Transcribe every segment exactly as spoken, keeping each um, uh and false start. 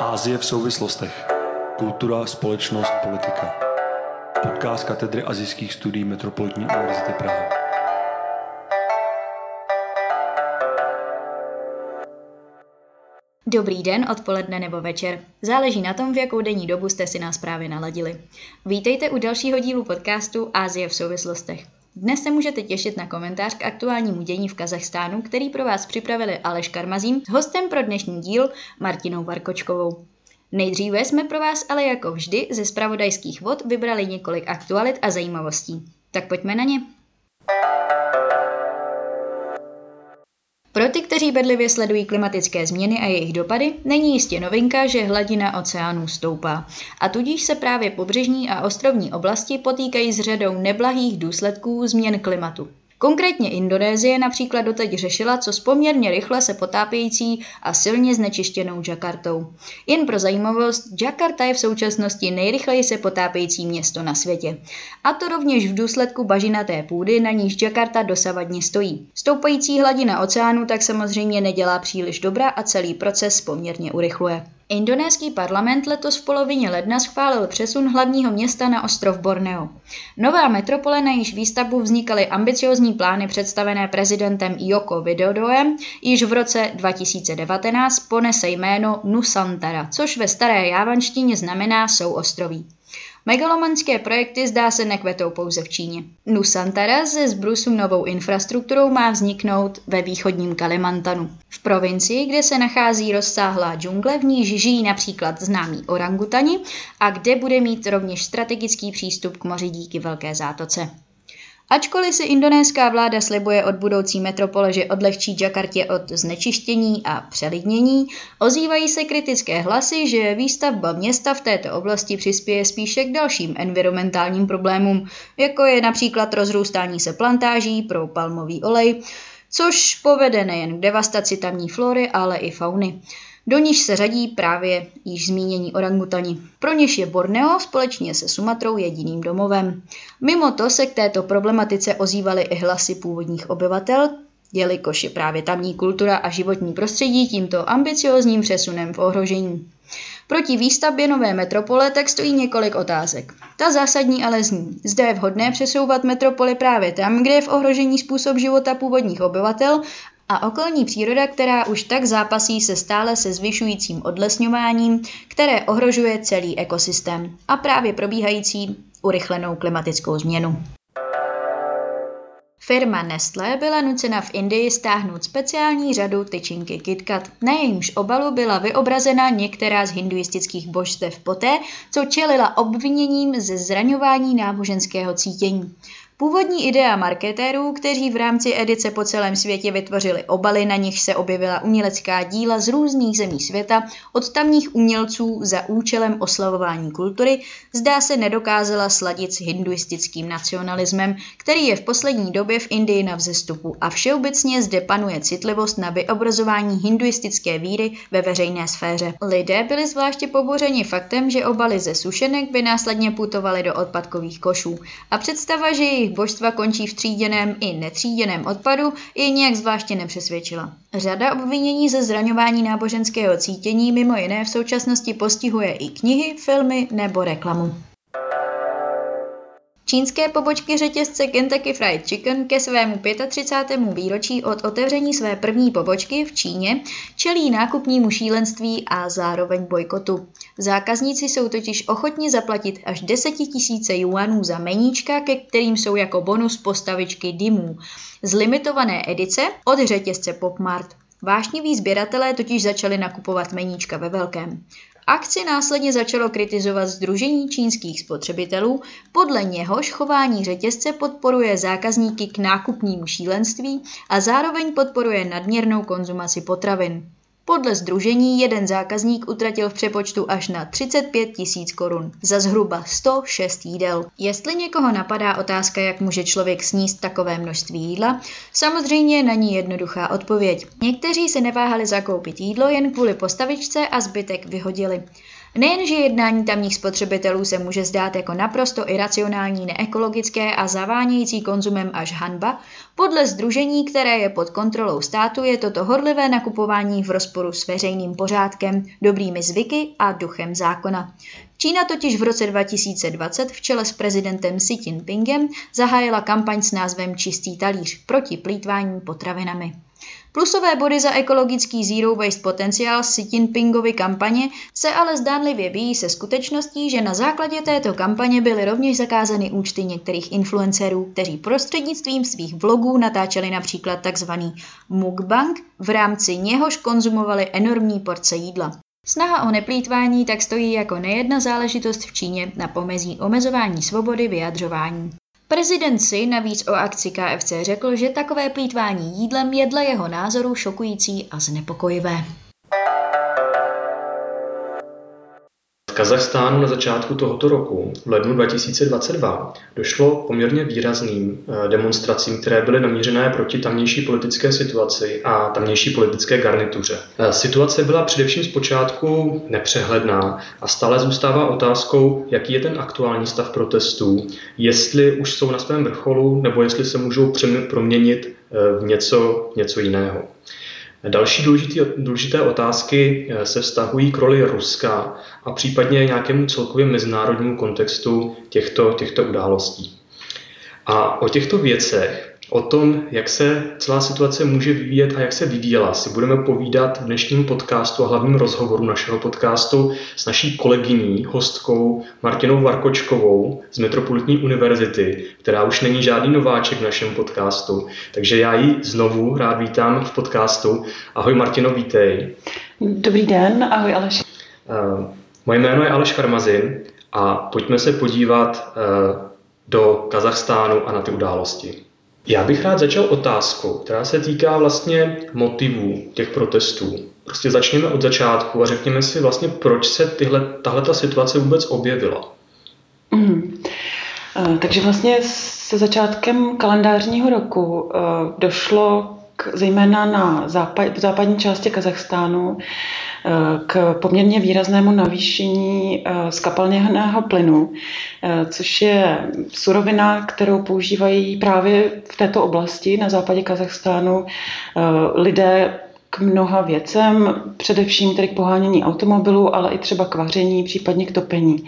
Asie v souvislostech. Kultura, společnost, politika. Podcast katedry asijských studií Metropolitní univerzity Praha. Dobrý den, odpoledne nebo večer. Záleží na tom, v jakou denní dobu jste si nás právě naladili. Vítejte u dalšího dílu podcastu Asie v souvislostech. Dnes se můžete těšit na komentář k aktuálnímu dění v Kazachstánu, který pro vás připravili Aleš Karmazín s hostem pro dnešní díl Martinou Varkočkovou. Nejdříve jsme pro vás ale jako vždy ze zpravodajských vod vybrali několik aktualit a zajímavostí. Tak pojďme na ně. Pro ty, kteří bedlivě sledují klimatické změny a jejich dopady, není jistě novinka, že hladina oceánů stoupá. A tudíž se právě pobřežní a ostrovní oblasti potýkají s řadou neblahých důsledků změn klimatu. Konkrétně Indonésie například doteď řešila, co s poměrně rychle se potápějící a silně znečištěnou Jakartou. Jen pro zajímavost, Jakarta je v současnosti nejrychleji se potápějící město na světě. A to rovněž v důsledku bažinaté půdy, na níž Jakarta dosavadně stojí. Stoupající hladina oceánu tak samozřejmě nedělá příliš dobra a celý proces poměrně urychluje. Indonéský parlament letos v polovině ledna schválil přesun hlavního města na ostrov Borneo. Nová metropole, na jejíž výstavbu vznikaly ambiciózní plány představené prezidentem Joko Widodoem, již v roce dva tisíce devatenáct ponese jméno Nusantara, což ve staré jávanštině znamená souostroví. Megalomanské projekty zdá se nekvetou pouze v Číně. Nusantara se zbrusu novou infrastrukturou má vzniknout ve východním Kalimantanu. V provincii, kde se nachází rozsáhlá džungle, v níž žijí například známí orangutani a kde bude mít rovněž strategický přístup k moři díky velké zátoce. Ačkoliv si indonéská vláda slibuje od budoucí metropole, že odlehčí Jakartě od znečištění a přelidnění, ozývají se kritické hlasy, že výstavba města v této oblasti přispěje spíše k dalším environmentálním problémům, jako je například rozrůstání se plantáží pro palmový olej, což povede nejen k devastaci tamní flory, ale i fauny. Do níž se řadí právě již zmínění orangutani. Pro něž je Borneo společně se Sumatrou jediným domovem. Mimo to se k této problematice ozývaly i hlasy původních obyvatel, jelikož je právě tamní kultura a životní prostředí tímto ambiciózním přesunem v ohrožení. Proti výstavbě nové metropole tak stojí několik otázek. Ta zásadní ale zní, zda je vhodné přesouvat metropoly právě tam, kde je v ohrožení způsob života původních obyvatel a okolní příroda, která už tak zápasí se stále se zvyšujícím odlesňováním, které ohrožuje celý ekosystém a právě probíhající urychlenou klimatickou změnu. Firma Nestlé byla nucena v Indii stáhnout speciální řadu tyčinky KitKat. Na jejímž obalu byla vyobrazena některá z hinduistických božstev poté, co čelila obviněním ze zraňování náboženského cítění. Původní idea marketérů, kteří v rámci edice po celém světě vytvořili obaly, na nichž se objevila umělecká díla z různých zemí světa od tamních umělců za účelem oslavování kultury, zdá se nedokázala sladit s hinduistickým nacionalismem, který je v poslední době v Indii na vzestupu a všeobecně zde panuje citlivost na vyobrazování hinduistické víry ve veřejné sféře. Lidé byli zvláště pobouřeni faktem, že obaly ze sušenek by následně putovaly do odpadkových košů a představa, že jejich božstva končí v tříděném i netříděném odpadu, je nějak zvláště nepřesvědčila. Řada obvinění ze zraňování náboženského cítění mimo jiné v současnosti postihuje i knihy, filmy nebo reklamu. Čínské pobočky řetězce Kentucky Fried Chicken ke svému třicátému pátému výročí od otevření své první pobočky v Číně čelí nákupnímu šílenství a zároveň bojkotu. Zákazníci jsou totiž ochotni zaplatit až deset tisíc juanů za meníčka, ke kterým jsou jako bonus postavičky dymů z limitované edice od řetězce Pop Mart. Vášniví sběratelé totiž začali nakupovat meníčka ve velkém. Akci následně začalo kritizovat Sdružení čínských spotřebitelů, podle něhož chování řetězce podporuje zákazníky k nákupnímu šílenství a zároveň podporuje nadměrnou konzumaci potravin. Podle sdružení jeden zákazník utratil v přepočtu až na třicet pět tisíc korun za zhruba sto šest jídel. Jestli někoho napadá otázka, jak může člověk sníst takové množství jídla, samozřejmě na ní jednoduchá odpověď. Někteří se neváhali zakoupit jídlo jen kvůli postavičce a zbytek vyhodili. Nejenže jednání tamních spotřebitelů se může zdát jako naprosto iracionální, neekologické a zavánějící konzumem až hanba, podle sdružení, které je pod kontrolou státu, je toto horlivé nakupování v rozporu s veřejným pořádkem, dobrými zvyky a duchem zákona. Čína totiž v roce dva tisíce dvacet v čele s prezidentem Xi Jinpingem zahájila kampaň s názvem Čistý talíř proti plýtvání potravinami. Plusové body za ekologický zero waste potenciál Xi Jinpingovy kampaně se ale zdánlivě bíjí se skutečností, že na základě této kampaně byly rovněž zakázány účty některých influencerů, kteří prostřednictvím svých vlogů natáčeli například tzv. mukbang, v rámci něhož konzumovali enormní porce jídla. Snaha o neplýtvání tak stojí jako nejedna záležitost v Číně na pomezí omezování svobody vyjadřování. Prezident Xi navíc o akci K F C řekl, že takové plýtvání jídlem je dle jeho názoru šokující a znepokojivé. V Kazachstánu na začátku tohoto roku, v lednu dva tisíce dvacet dva, došlo k poměrně výrazným demonstracím, které byly namířené proti tamnější politické situaci a tamnější politické garnituře. Situace byla především zpočátku nepřehledná a stále zůstává otázkou, jaký je ten aktuální stav protestů, jestli už jsou na svém vrcholu nebo jestli se můžou proměnit v něco, něco jiného. Další důležité, důležité otázky se vztahují k roli Ruska a případně nějakému celkově mezinárodnímu kontextu těchto, těchto událostí. A o těchto věcech, o tom, jak se celá situace může vyvíjet a jak se vyvíjela, si budeme povídat v dnešním podcastu a hlavním rozhovoru našeho podcastu s naší kolegyní, hostkou Martinou Varkočkovou z Metropolitní univerzity, která už není žádný nováček v našem podcastu. Takže já ji znovu rád vítám v podcastu. Ahoj Martino, vítej. Dobrý den, ahoj Aleš. Uh, moje jméno je Aleš Karmazin a pojďme se podívat uh, do Kazachstánu a na ty události. Já bych rád začal otázkou, která se týká vlastně motivů těch protestů. Prostě začněme od začátku a řekněme si vlastně, proč se tyhle, tahleta situace vůbec objevila. Mm. Takže vlastně se začátkem kalendářního roku došlo k, zejména na západ, v západní části Kazachstánu k poměrně výraznému navýšení skapalněného plynu, což je surovina, kterou používají právě v této oblasti na západě Kazachstánu lidé k mnoha věcem, především tedy k pohánění automobilů, ale i třeba k vaření, případně k topení.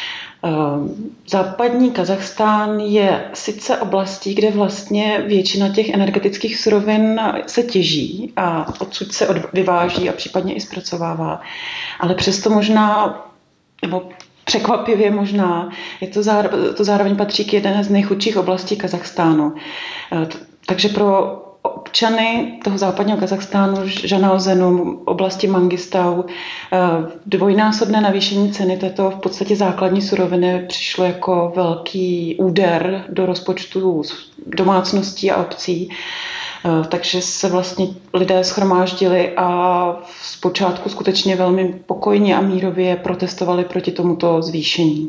Západní Kazachstán je sice oblastí, kde vlastně většina těch energetických surovin se těží a odsud se vyváží a případně i zpracovává, ale přesto možná, nebo překvapivě možná, je to, zároveň, to zároveň patří k jedné z nejchudších oblastí Kazachstánu. Takže pro občany toho západního Kazachstánu, Žanaozenu, oblasti Mangistau, dvojnásobné navýšení ceny této v podstatě základní suroviny přišlo jako velký úder do rozpočtu domácností a obcí. Takže se vlastně lidé shromáždili a zpočátku skutečně velmi pokojně a mírově protestovali proti tomuto zvýšení.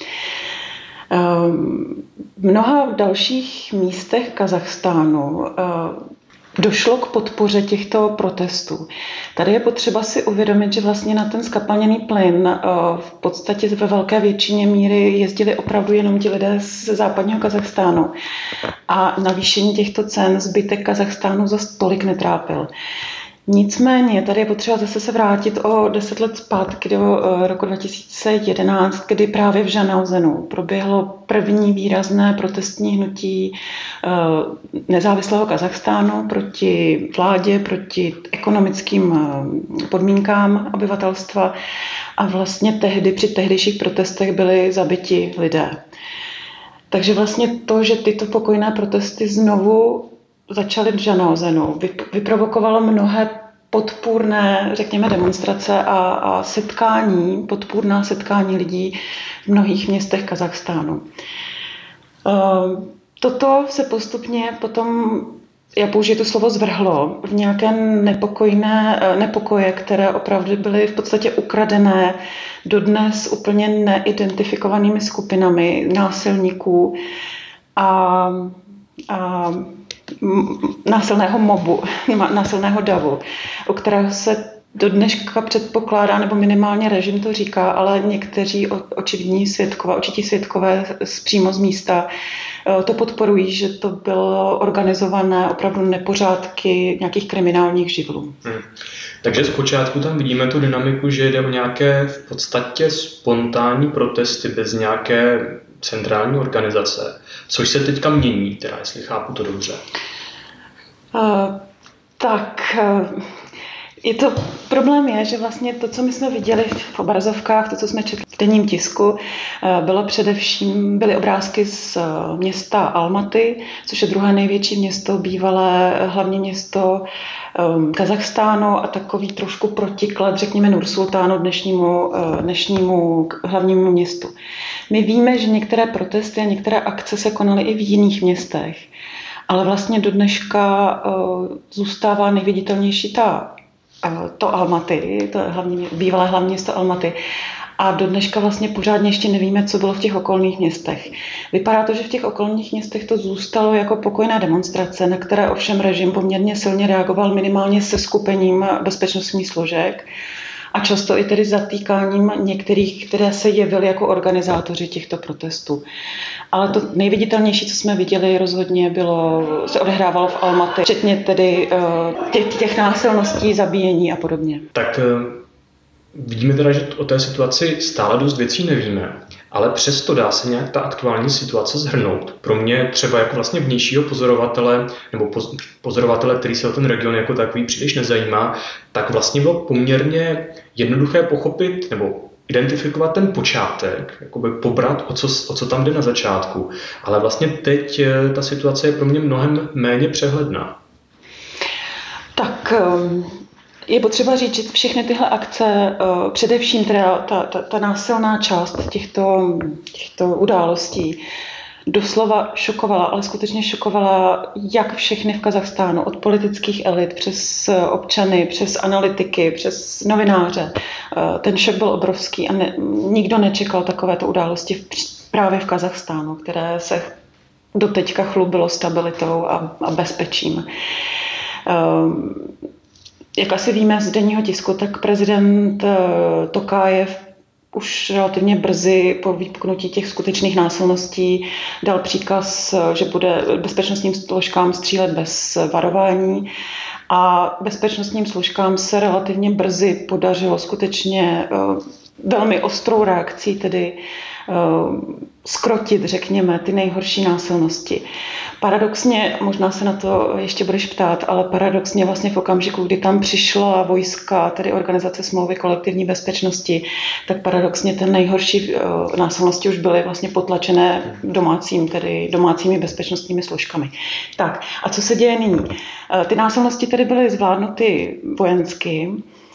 V mnoha dalších místech Kazachstánu došlo k podpoře těchto protestů. Tady je potřeba si uvědomit, že vlastně na ten skapalněný plyn v podstatě ve velké většině míry jezdili opravdu jenom ti lidé ze západního Kazachstánu. A navýšení těchto cen zbytek Kazachstánu zas tolik netrápil. Nicméně tady je potřeba zase se vrátit o deset let zpátky do roku dva tisíce jedenáct, kdy právě v Žanaozenu proběhlo první výrazné protestní hnutí nezávislého Kazachstánu proti vládě, proti ekonomickým podmínkám obyvatelstva a vlastně tehdy při tehdejších protestech byli zabiti lidé. Takže vlastně to, že tyto pokojné protesty znovu začaly v Žanaozenu, vyprovokovalo mnohé podpůrné, řekněme, demonstrace a, a setkání, podpůrná setkání lidí v mnohých městech Kazachstánu. Toto se postupně potom, já použiju to slovo zvrhlo, v nějaké nepokojné, nepokoje, které opravdu byly v podstatě ukradené dodnes úplně neidentifikovanými skupinami násilníků a, a násilného mobu, násilného davu, u kterého se do dneška předpokládá, nebo minimálně režim to říká, ale někteří očividní svědkové, očití svědkové přímo z místa to podporují, že to bylo organizované opravdu nepořádky nějakých kriminálních živlů. Hmm. Takže zpočátku tam vidíme tu dynamiku, že jde o nějaké v podstatě spontánní protesty bez nějaké centrální organizace, což se teďka mění, teda jestli chápu to dobře. Uh, tak... Uh... Je to, problém je, že vlastně to, co my jsme viděli v obrazovkách, to, co jsme četli v denním tisku, bylo především, byly obrázky z města Almaty, což je druhé největší město, bývalé hlavní město um, Kazachstánu a takový trošku protiklad, řekněme, Nursultánu, dnešnímu, dnešnímu hlavnímu městu. My víme, že některé protesty a některé akce se konaly i v jiných městech, ale vlastně do dneška uh, zůstává nejviditelnější ta to Almaty, to hlavní, bývalé hlavní město Almaty. A do dneška vlastně pořádně ještě nevíme, co bylo v těch okolních městech. Vypadá to, že v těch okolních městech to zůstalo jako pokojná demonstrace, na které ovšem režim poměrně silně reagoval minimálně se skupením bezpečnostních složek a často i tedy zatýkáním některých, které se jevily jako organizátoři těchto protestů. Ale to nejviditelnější, co jsme viděli, rozhodně bylo, se odehrávalo v Almaty, včetně tedy těch, těch násilností, zabíjení a podobně. Tak vidíme teda, že o té situaci stále dost věcí nevíme, ale přesto dá se nějak ta aktuální situace shrnout. Pro mě třeba jako vlastně vnějšího pozorovatele, nebo pozorovatele, který se o ten region jako takový příliš nezajímá, tak vlastně bylo poměrně jednoduché pochopit, nebo identifikovat ten počátek, jakoby pobrat, o co, o co tam jde na začátku. Ale vlastně teď ta situace je pro mě mnohem méně přehledná. Tak je potřeba říct, že všechny tyhle akce, především teda ta, ta, ta násilná část těchto, těchto událostí, doslova šokovala, ale skutečně šokovala jak všechny v Kazachstánu, od politických elit přes občany, přes analytiky, přes novináře. Ten šok byl obrovský a ne, nikdo nečekal takovéto události v, právě v Kazachstánu, které se doteďka chlubilo stabilitou a, a bezpečím. Jak asi víme z denního tisku, tak prezident Tokajev už relativně brzy po vypuknutí těch skutečných násilností dal příkaz, že bude bezpečnostním složkám střílet bez varování. A bezpečnostním složkám se relativně brzy podařilo skutečně velmi ostrou reakcí, tedy zkrotit, řekněme, ty nejhorší násilnosti. Paradoxně, možná se na to ještě budeš ptát, ale paradoxně vlastně v okamžiku, kdy tam přišla vojska, tedy Organizace smlouvy kolektivní bezpečnosti, tak paradoxně ten nejhorší uh, násilnosti už byly vlastně potlačené domácím, tedy domácími bezpečnostními složkami. Tak, a co se děje nyní? Uh, ty násilnosti tedy byly zvládnuty vojensky.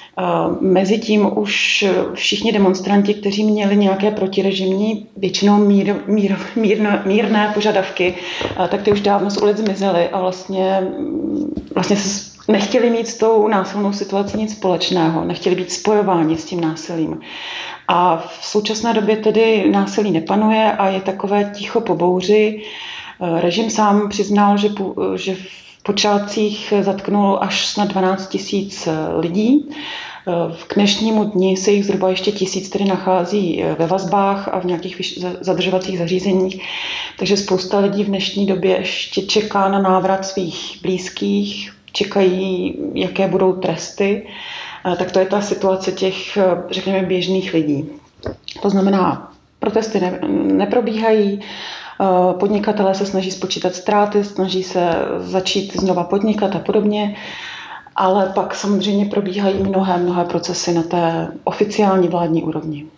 Mezitím už všichni demonstranti, kteří měli nějaké protirežimní, většinou mír, mír, mírné, mírné požadavky, tak ty už dávno z ulic zmizely a vlastně, vlastně se nechtěli mít s tou násilnou situací nic společného, nechtěli být spojováni s tím násilím. A v současné době tedy násilí nepanuje a je takové ticho po bouři. Režim sám přiznal, že, že v počátcích zatknul až snad dvanáct tisíc lidí. K dnešnímu dni se jich zhruba ještě tisíc tedy nachází ve vazbách a v nějakých zadržovacích zařízeních. Takže spousta lidí v dnešní době ještě čeká na návrat svých blízkých, čekají, jaké budou tresty. Tak to je ta situace těch, řekněme, běžných lidí. To znamená, protesty ne, neprobíhají, podnikatelé se snaží spočítat ztráty, snaží se začít znova podnikat a podobně, ale pak samozřejmě probíhají mnohé, mnohé procesy na té oficiální vládní úrovni.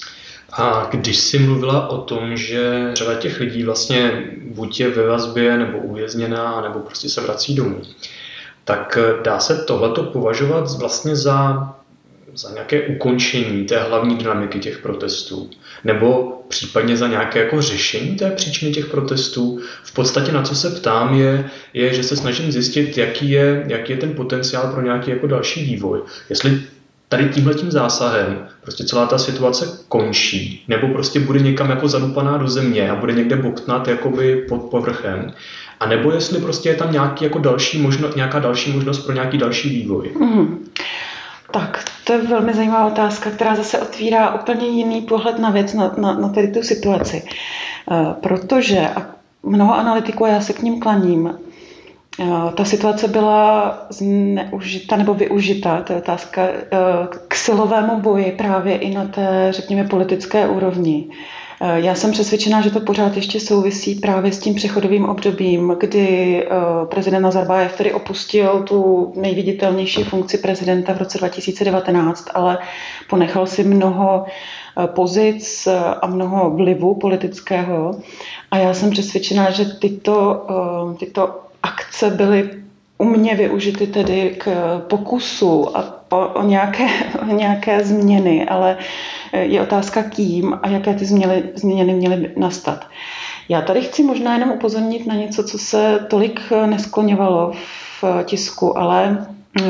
A když jsi mluvila o tom, že řada těch lidí vlastně buď je ve vazbě, nebo uvězněná, nebo prostě se vrací domů, tak dá se tohleto považovat vlastně za, za nějaké ukončení té hlavní dynamiky těch protestů? Nebo případně za nějaké jako řešení té příčiny těch protestů? V podstatě na co se ptám je, je že se snažím zjistit, jaký je, jaký je ten potenciál pro nějaký jako další vývoj. Jestli tady tímhletím zásahem prostě celá ta situace končí, nebo prostě bude někam jako zadupaná do země a bude někde bobtnat jakoby pod povrchem, a nebo jestli prostě je tam nějaký jako další možno, nějaká další možnost pro nějaký další vývoj. Mm. Tak, to je velmi zajímavá otázka, která zase otvírá úplně jiný pohled na věc, na, na, na tady tu situaci. Protože a mnoho analytiků, a já se k ním klaním, ta situace byla zneužita nebo využita, to je otázka, k silovému boji právě i na té, řekněme, politické úrovni. Já jsem přesvědčená, že to pořád ještě souvisí právě s tím přechodovým obdobím, kdy prezident Nazarbájev tedy opustil tu nejviditelnější funkci prezidenta v roce dva tisíce devatenáct, ale ponechal si mnoho pozic a mnoho vlivu politického. A já jsem přesvědčená, že tyto, tyto akce byly umně využity tedy k pokusu a po, o, nějaké, o nějaké změny, ale je otázka kým a jaké ty změny, změny měly nastat. Já tady chci možná jenom upozornit na něco, co se tolik neskloňovalo v tisku, ale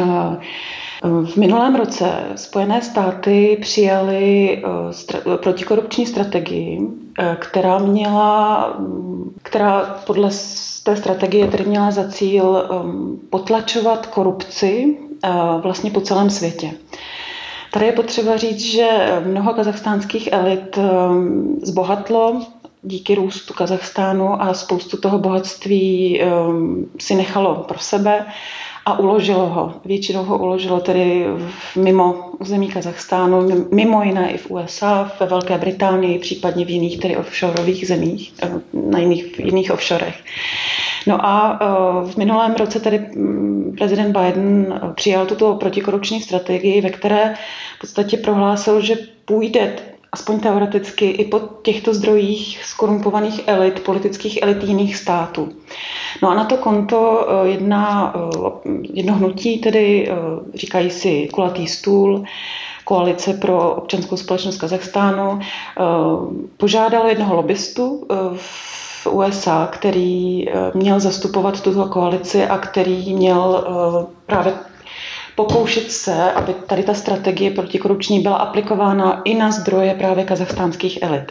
v minulém roce Spojené státy přijaly stra- protikorupční strategii, která měla, která podle té strategie tedy měla za cíl potlačovat korupci vlastně po celém světě. Tady je potřeba říct, že mnoho kazachstánských elit zbohatlo díky růstu Kazachstánu a spoustu toho bohatství si nechalo pro sebe a uložilo ho. Většinou ho uložilo tedy mimo území Kazachstánu, mimo jiné i v U S A, ve Velké Británii, případně v jiných tedy offshoreových zemích, na jiných, jiných offshorech. No a v minulém roce tedy prezident Biden přijal tuto protikorupční strategii, ve které v podstatě prohlásil, že půjde aspoň teoreticky i po těchto zdrojích skorumpovaných elit, politických elit jiných států. No a na to konto jedna, jedno hnutí, tedy říkají si kulatý stůl, Koalice pro občanskou společnost Kazachstánu, požádalo jednoho lobbystu v U S A, který měl zastupovat tuto koalici a který měl právě pokoušet se, aby tady ta strategie protikorupční byla aplikována i na zdroje právě kazachstánských elit.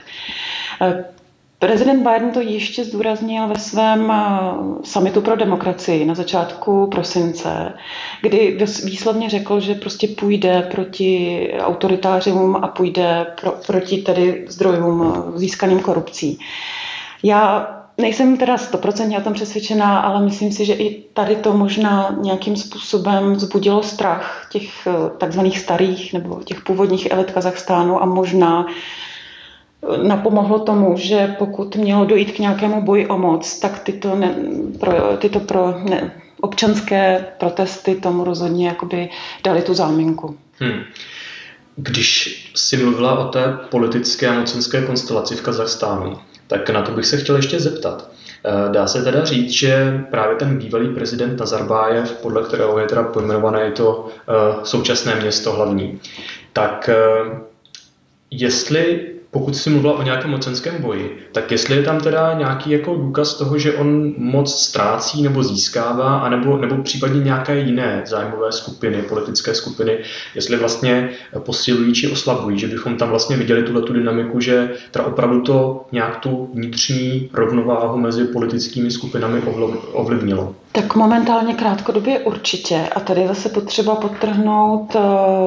Prezident Biden to ještě zdůraznil ve svém summitu pro demokracii na začátku prosince, kdy výslovně řekl, že prostě půjde proti autoritářům a půjde pro, proti tedy zdrojům získaným korupcí. Já nejsem teda stoprocentně o tom přesvědčená, ale myslím si, že i tady to možná nějakým způsobem vzbudilo strach těch takzvaných starých nebo těch původních elit Kazachstánu a možná napomohlo tomu, že pokud mělo dojít k nějakému boji o moc, tak tyto, ne, pro, tyto pro, ne, občanské protesty tomu rozhodně jakoby dali tu záminku. Hmm. Když jsi mluvila o té politické a mocenské konstelaci v Kazachstánu, tak na to bych se chtěl ještě zeptat. Dá se teda říct, že právě ten bývalý prezident Nazarbájev, podle kterého je teda pojmenované to současné město hlavní, tak jestli, pokud jsi mluvila o nějakém mocenském boji, tak jestli je tam teda nějaký jako důkaz toho, že on moc ztrácí nebo získává, anebo, nebo případně nějaké jiné zájmové skupiny, politické skupiny, jestli vlastně posilují či oslabují, že bychom tam vlastně viděli tuhletu dynamiku, že teda opravdu to nějak tu vnitřní rovnováhu mezi politickými skupinami ovlivnilo. Tak momentálně krátkodobě určitě. A tady je zase potřeba podtrhnout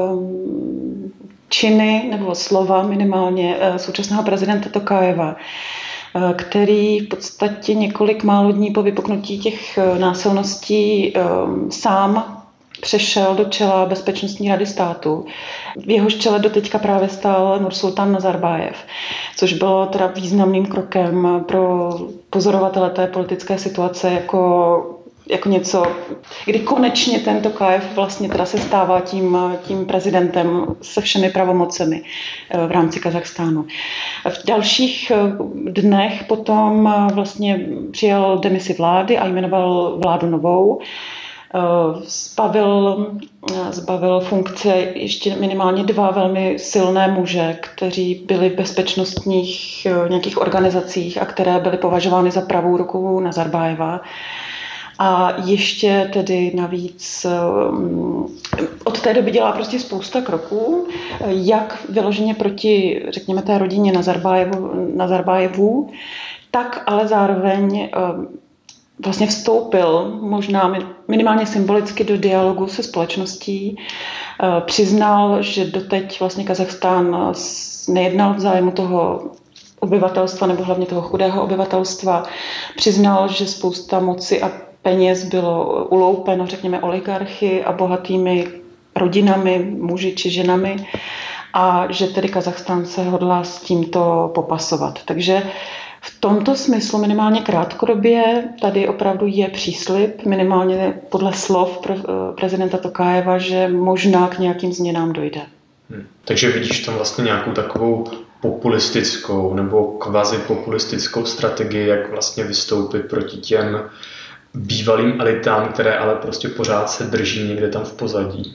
činy nebo slova minimálně současného prezidenta Tokajeva, který v podstatě několik málo dní po vypuknutí těch násilností sám přešel do čela Bezpečnostní rady státu. V jehož čele doteďka právě stál Nursultan Nazarbájev, což bylo teda významným krokem pro pozorovatele té politické situace jako jako něco, kdy konečně ten Tokajev vlastně teda se stává tím, tím prezidentem se všemi pravomocemi v rámci Kazachstánu. V dalších dnech potom vlastně přijal demisi vlády a jmenoval vládu novou. Zbavil, zbavil funkce ještě minimálně dva velmi silné muže, kteří byli v bezpečnostních nějakých organizacích a které byly považovány za pravou ruku Nazarbájeva. A ještě tedy navíc od té doby dělá prostě spousta kroků, jak vyloženě proti, řekněme, té rodině Nazarbájevu, Nazarbájevů, tak ale zároveň vlastně vstoupil možná minimálně symbolicky do dialogu se společností. Přiznal, že doteď vlastně Kazachstán nejednal v zájmu toho obyvatelstva nebo hlavně toho chudého obyvatelstva. Přiznal, že spousta moci a peněz bylo uloupeno, řekněme, oligarchy a bohatými rodinami, muži či ženami a že tedy Kazachstán se hodlá s tímto popasovat. Takže v tomto smyslu minimálně krátkodobě tady opravdu je příslib, minimálně podle slov prezidenta Tokajeva, že možná k nějakým změnám dojde. Hmm. Takže vidíš tam vlastně nějakou takovou populistickou nebo kvazi populistickou strategii, jak vlastně vystoupit proti těm bývalým elitám, které ale prostě pořád se drží někde tam v pozadí.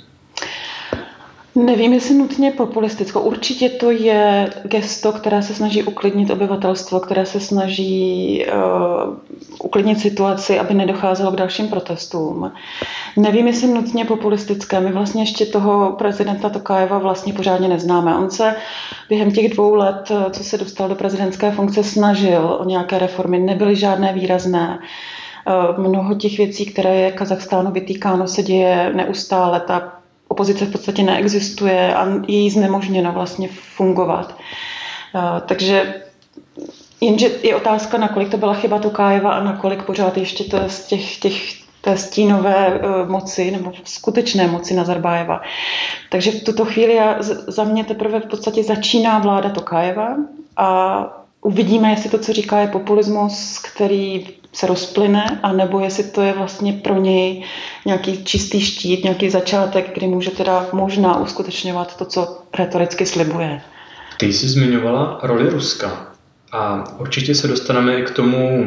Nevím, jestli nutně populistickou. Určitě to je gesto, které se snaží uklidnit obyvatelstvo, které se snaží uh, uklidnit situaci, aby nedocházelo k dalším protestům. Nevím, jestli nutně populistické. My vlastně ještě toho prezidenta Tokajeva vlastně pořádně neznáme. On se během těch dvou let, co se dostal do prezidentské funkce, snažil o nějaké reformy. Nebyly žádné výrazné. Uh, mnoho těch věcí, které je Kazachstánu vytýkáno, se děje neustále. Ta opozice v podstatě neexistuje a je jí znemožněno vlastně fungovat. Takže jenže je otázka, nakolik to byla chyba Tokajeva a nakolik pořád ještě to z těch, těch té stínové moci nebo skutečné moci Nazarbájeva. Takže v tuto chvíli já, za mě teprve v podstatě začíná vláda Tokajeva a uvidíme, jestli to, co říká, je populismus, který se rozplyne, anebo jestli to je vlastně pro něj nějaký čistý štít, nějaký začátek, kdy může teda možná uskutečňovat to, co retoricky slibuje. Ty jsi zmiňovala roli Ruska a určitě se dostaneme i k tomu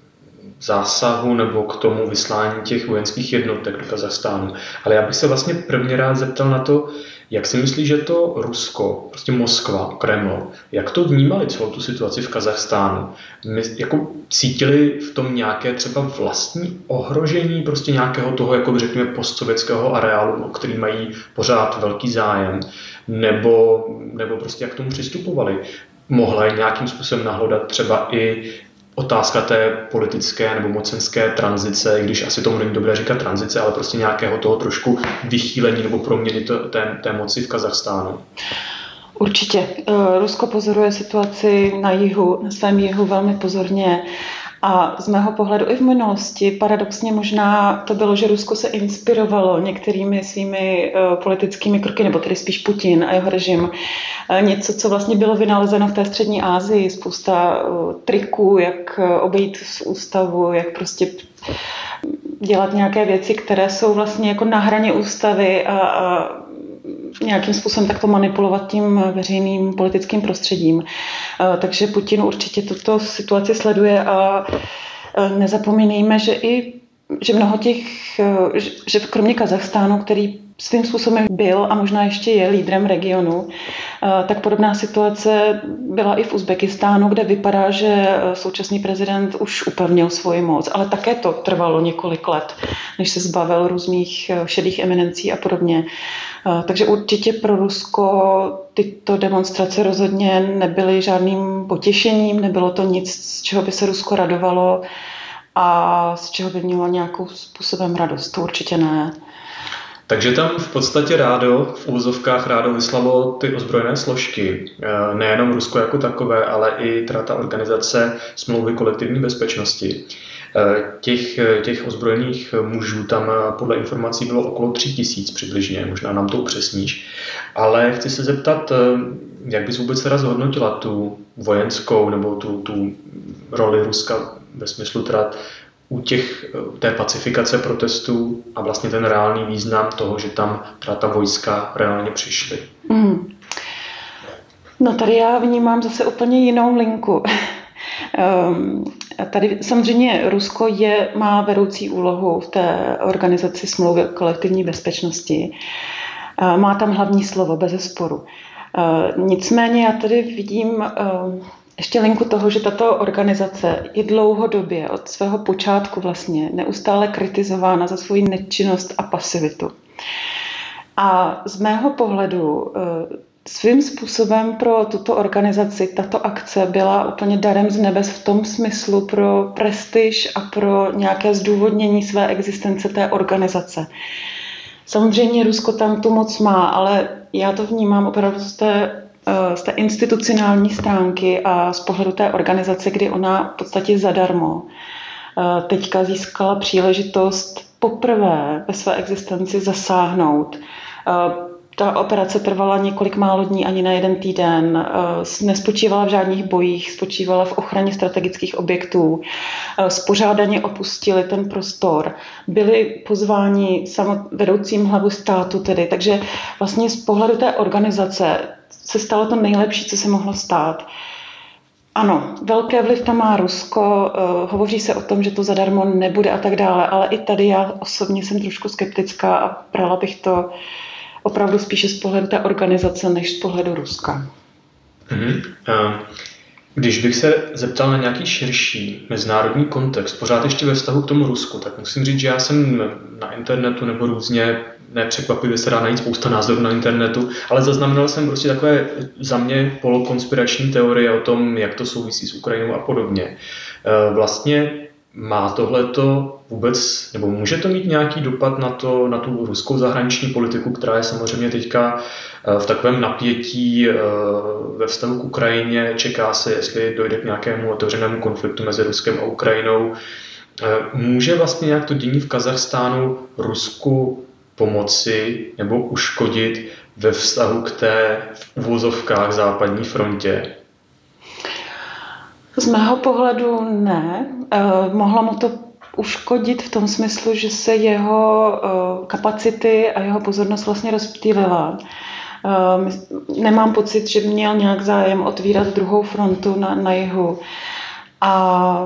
zásahu nebo k tomu vyslání těch vojenských jednotek do Kazachstánu. Ale já bych se vlastně prvně rád zeptal na to, jak si myslíš, že to Rusko, prostě Moskva, Kreml, jak to vnímali celou tu situaci v Kazachstánu? My jako cítili v tom nějaké třeba vlastní ohrožení prostě nějakého toho, jako řekněme, postsovětského areálu, o který mají pořád velký zájem, nebo, nebo prostě jak k tomu přistupovali? Mohla je nějakým způsobem nahlodat třeba i otázka té politické nebo mocenské tranzice, i když asi tomu není dobré říkat tranzice, ale prostě nějakého toho trošku vychýlení nebo proměny té, té moci v Kazachstánu. Určitě. Rusko pozoruje situaci na jihu, na svém jihu velmi pozorně. A z mého pohledu i v minulosti paradoxně možná to bylo, že Rusko se inspirovalo některými svými uh, politickými kroky, nebo tedy spíš Putin a jeho režim. Uh, něco, co vlastně bylo vynalezeno v té střední Asii, spousta uh, triků, jak uh, obejít z ústavu, jak prostě dělat nějaké věci, které jsou vlastně jako na hraně ústavy a, a nějakým způsobem takto manipulovat tím veřejným politickým prostředím. Takže Putin určitě tuto situaci sleduje a nezapomínejme, že i že mnoho těch, že kromě Kazachstánu, který svým způsobem byl a možná ještě je lídrem regionu, tak podobná situace byla i v Uzbekistánu, kde vypadá, že současný prezident už upevnil svoji moc, ale také to trvalo několik let, než se zbavil různých šedých eminencí a podobně. Takže určitě pro Rusko tyto demonstrace rozhodně nebyly žádným potěšením, nebylo to nic, z čeho by se Rusko radovalo a z čeho by mělo nějakou způsobem radost. To určitě ne. Takže tam v podstatě rádo, v úvozovkách rádo vyslalo ty ozbrojené složky. Nejenom Rusko jako takové, ale i teda ta organizace Smlouvy kolektivní bezpečnosti. Těch, těch ozbrojených mužů tam podle informací bylo okolo tři tisíc přibližně, možná nám to upřesníš. Ale chci se zeptat, jak bys vůbec teda zhodnotila tu vojenskou nebo tu, tu roli Ruska ve smyslu teda u těch, té pacifikace protestů a vlastně ten reálný význam toho, že tam teda ta vojska reálně přišly. Mm. No tady já vnímám zase úplně jinou linku. um, tady samozřejmě Rusko je, má vedoucí úlohu v té organizaci Smlouvy kolektivní bezpečnosti. Uh, má tam hlavní slovo, bezesporu. Uh, nicméně já tady vidím uh, ještě linku toho, že tato organizace je dlouhodobě od svého počátku vlastně neustále kritizována za svoji nečinnost a pasivitu. A z mého pohledu svým způsobem pro tuto organizaci tato akce byla úplně darem z nebes v tom smyslu pro prestiž a pro nějaké zdůvodnění své existence té organizace. Samozřejmě Rusko tam tu moc má, ale já to vnímám opravdu z té, z té institucionální stránky a z pohledu té organizace, kdy ona v podstatě zadarmo teďka získala příležitost poprvé ve své existenci zasáhnout. Ta operace trvala několik málo dní, ani na jeden týden. Nespočívala v žádných bojích, spočívala v ochraně strategických objektů. Spořádaně opustili ten prostor. Byli pozváni vedoucím hlavu státu tedy. Takže vlastně z pohledu té organizace se stalo to nejlepší, co se mohlo stát. Ano, velký vliv tam má Rusko, uh, hovoří se o tom, že to zadarmo nebude a tak dále, ale i tady já osobně jsem trošku skeptická a brala bych to opravdu spíše z pohledu té organizace, než z pohledu Ruska. Mm-hmm. Uh, když bych se zeptal na nějaký širší mezinárodní kontext, pořád ještě ve vztahu k tomu Rusku, tak musím říct, že já jsem na internetu nebo různě, nepřekvapivě se dá najít spousta názorů na internetu, ale zaznamenal jsem prostě takové za mě polokonspirační teorie o tom, jak to souvisí s Ukrajinou a podobně. Vlastně má tohleto vůbec, nebo může to mít nějaký dopad na, to, na tu ruskou zahraniční politiku, která je samozřejmě teďka v takovém napětí ve vztahu k Ukrajině. Čeká se, jestli dojde k nějakému otevřenému konfliktu mezi Ruskem a Ukrajinou. Může vlastně nějak to dění v Kazachstánu Rusku pomoci nebo uškodit ve vztahu k té v uvozovkách západní frontě? Z mého pohledu ne. Eh, mohlo mu to uškodit v tom smyslu, že se jeho eh, kapacity a jeho pozornost vlastně rozptýlila. Eh, nemám pocit, že měl nějak zájem otvírat druhou frontu na, na jihu. A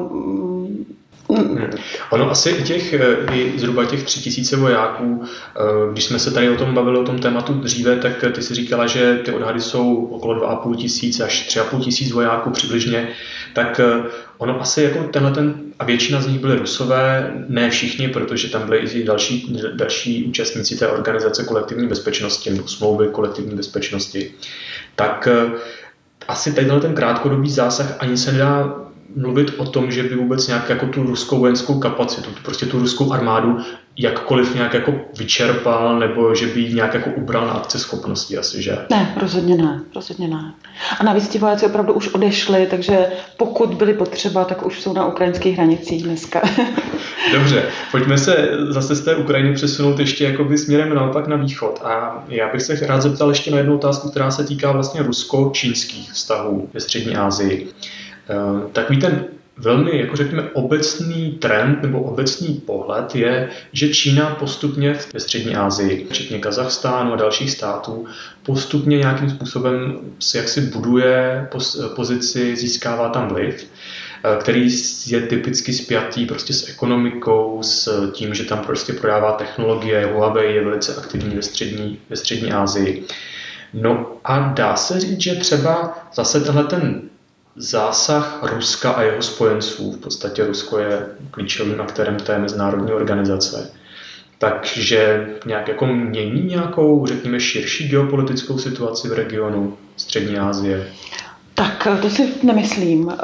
Hmm. Ono asi těch, i zhruba těch tři tisíce vojáků, když jsme se tady o tom bavili, o tom tématu dříve, tak ty si říkala, že ty odhady jsou okolo dva a půl tisíce až tři a půl tisíc vojáků přibližně, tak ono asi jako tenhle ten, a většina z nich byly Rusové, ne všichni, protože tam byly i další, další účastníci té organizace kolektivní bezpečnosti, nebo smlouvy kolektivní bezpečnosti, tak asi tenhle ten krátkodobý zásah ani se nedá mluvit o tom, že by vůbec nějak jako tu ruskou vojenskou kapacitu, prostě tu ruskou armádu jakkoliv nějak jako vyčerpal, nebo že by jí nějak jako ubral na akceschopnosti asi, že? Ne, rozhodně ne, rozhodně ne. A navíc ti vojáci opravdu už odešli, takže pokud byli potřeba, tak už jsou na ukrajinských hranicích dneska. Dobře, pojďme se zase z té Ukrajiny přesunout ještě jakoby směrem naopak na východ. A já bych se rád zeptal ještě na jednu otázku, která se týká vlastně rusko-čínských vztahů ve Střední Asii. Takový ten velmi, jako řekněme, obecný trend nebo obecný pohled je, že Čína postupně ve Střední Asii, včetně Kazachstánu a dalších států, postupně nějakým způsobem si jaksi buduje pozici, získává tam vliv, který je typicky spjatý prostě s ekonomikou, s tím, že tam prostě prodává technologie. Huawei je velice aktivní ve Střední, ve Střední Asii. No a dá se říct, že třeba zase tenhle ten zásah Ruska a jeho spojenců, v podstatě Rusko je klíčovým aktérem té mezinárodní organizace, takže nějak jako mění nějakou, řekněme, širší geopolitickou situaci v regionu Střední Asie? Tak to si nemyslím.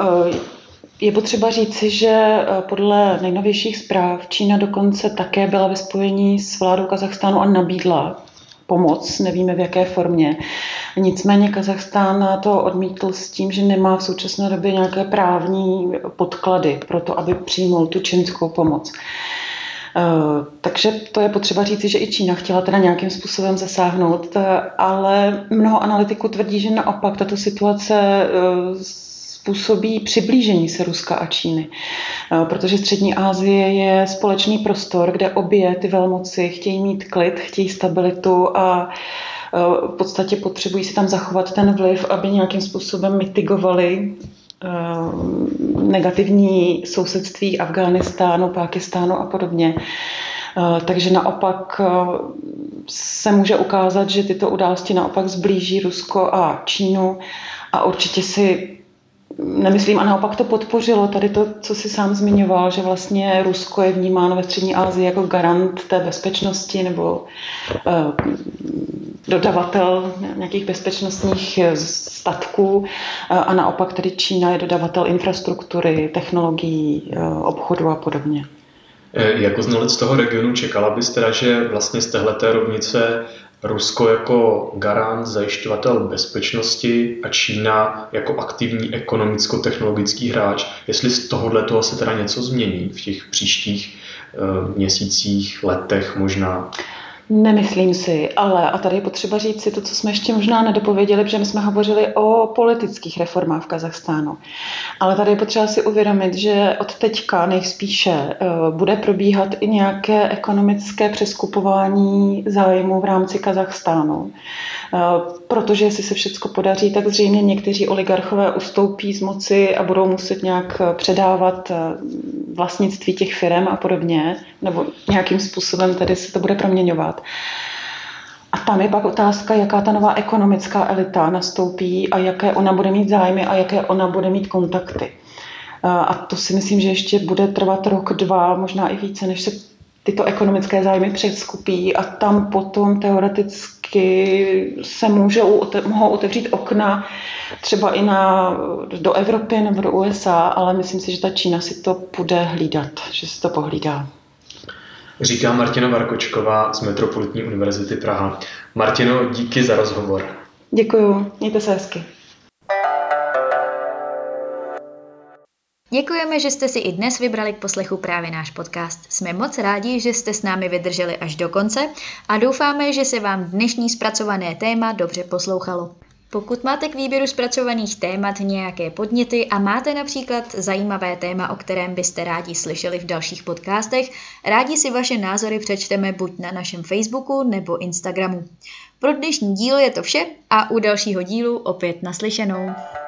Je potřeba říci, že podle nejnovějších zpráv Čína dokonce také byla ve spojení s vládou Kazachstánu a nabídla pomoc, nevíme v jaké formě. Nicméně Kazachstán to odmítl s tím, že nemá v současné době nějaké právní podklady pro to, aby přijmul tu čínskou pomoc. Takže to je potřeba říci, že i Čína chtěla teda nějakým způsobem zasáhnout, ale mnoho analytiků tvrdí, že naopak tato situace způsobí přiblížení se Ruska a Číny. Protože Střední Asie je společný prostor, kde obě ty velmoci chtějí mít klid, chtějí stabilitu a v podstatě potřebují si tam zachovat ten vliv, aby nějakým způsobem mitigovali negativní sousedství Afghánistánu, Pákistánu a podobně. Takže naopak se může ukázat, že tyto události naopak zblíží Rusko a Čínu a určitě si nemyslím, a naopak to podpořilo tady to, co si sám zmiňoval, že vlastně Rusko je vnímáno ve střední Asii jako garant té bezpečnosti nebo uh, dodavatel nějakých bezpečnostních statků uh, a naopak tedy Čína je dodavatel infrastruktury, technologií, uh, obchodu a podobně. Jako znalec toho regionu čekala bys teda, že vlastně z téhleté rovnice Rusko jako garant, zajišťovatel bezpečnosti a Čína jako aktivní ekonomicko-technologický hráč, jestli z tohohle toho se teda něco změní v těch příštích uh, měsících, letech možná? Nemyslím si, ale a tady je potřeba říct si to, co jsme ještě možná nedopověděli, protože my jsme hovořili o politických reformách v Kazachstánu. Ale tady je potřeba si uvědomit, že od teďka nejspíše bude probíhat i nějaké ekonomické přeskupování zájmu v rámci Kazachstánu. Protože jestli se všechno podaří, tak zřejmě někteří oligarchové ustoupí z moci a budou muset nějak předávat vlastnictví těch firem a podobně, nebo nějakým způsobem tedy se to bude proměňovat. A tam je pak otázka, jaká ta nová ekonomická elita nastoupí a jaké ona bude mít zájmy a jaké ona bude mít kontakty. A to si myslím, že ještě bude trvat rok, dva, možná i více, než se tyto ekonomické zájmy přeskupí a tam potom teoreticky se můžou, mohou otevřít okna třeba i na, do Evropy nebo do U S A, ale myslím si, že ta Čína si to bude hlídat, že si to pohlídá. Říká Martina Varkočková z Metropolitní univerzity Praha. Martino, díky za rozhovor. Děkuju, mějte se hezky. Děkujeme, že jste si i dnes vybrali k poslechu právě náš podcast. Jsme moc rádi, že jste s námi vydrželi až do konce a doufáme, že se vám dnešní zpracované téma dobře poslouchalo. Pokud máte k výběru zpracovaných témat nějaké podněty a máte například zajímavé téma, o kterém byste rádi slyšeli v dalších podcastech, rádi si vaše názory přečteme buď na našem Facebooku nebo Instagramu. Pro dnešní díl je to vše a u dalšího dílu opět naslyšenou.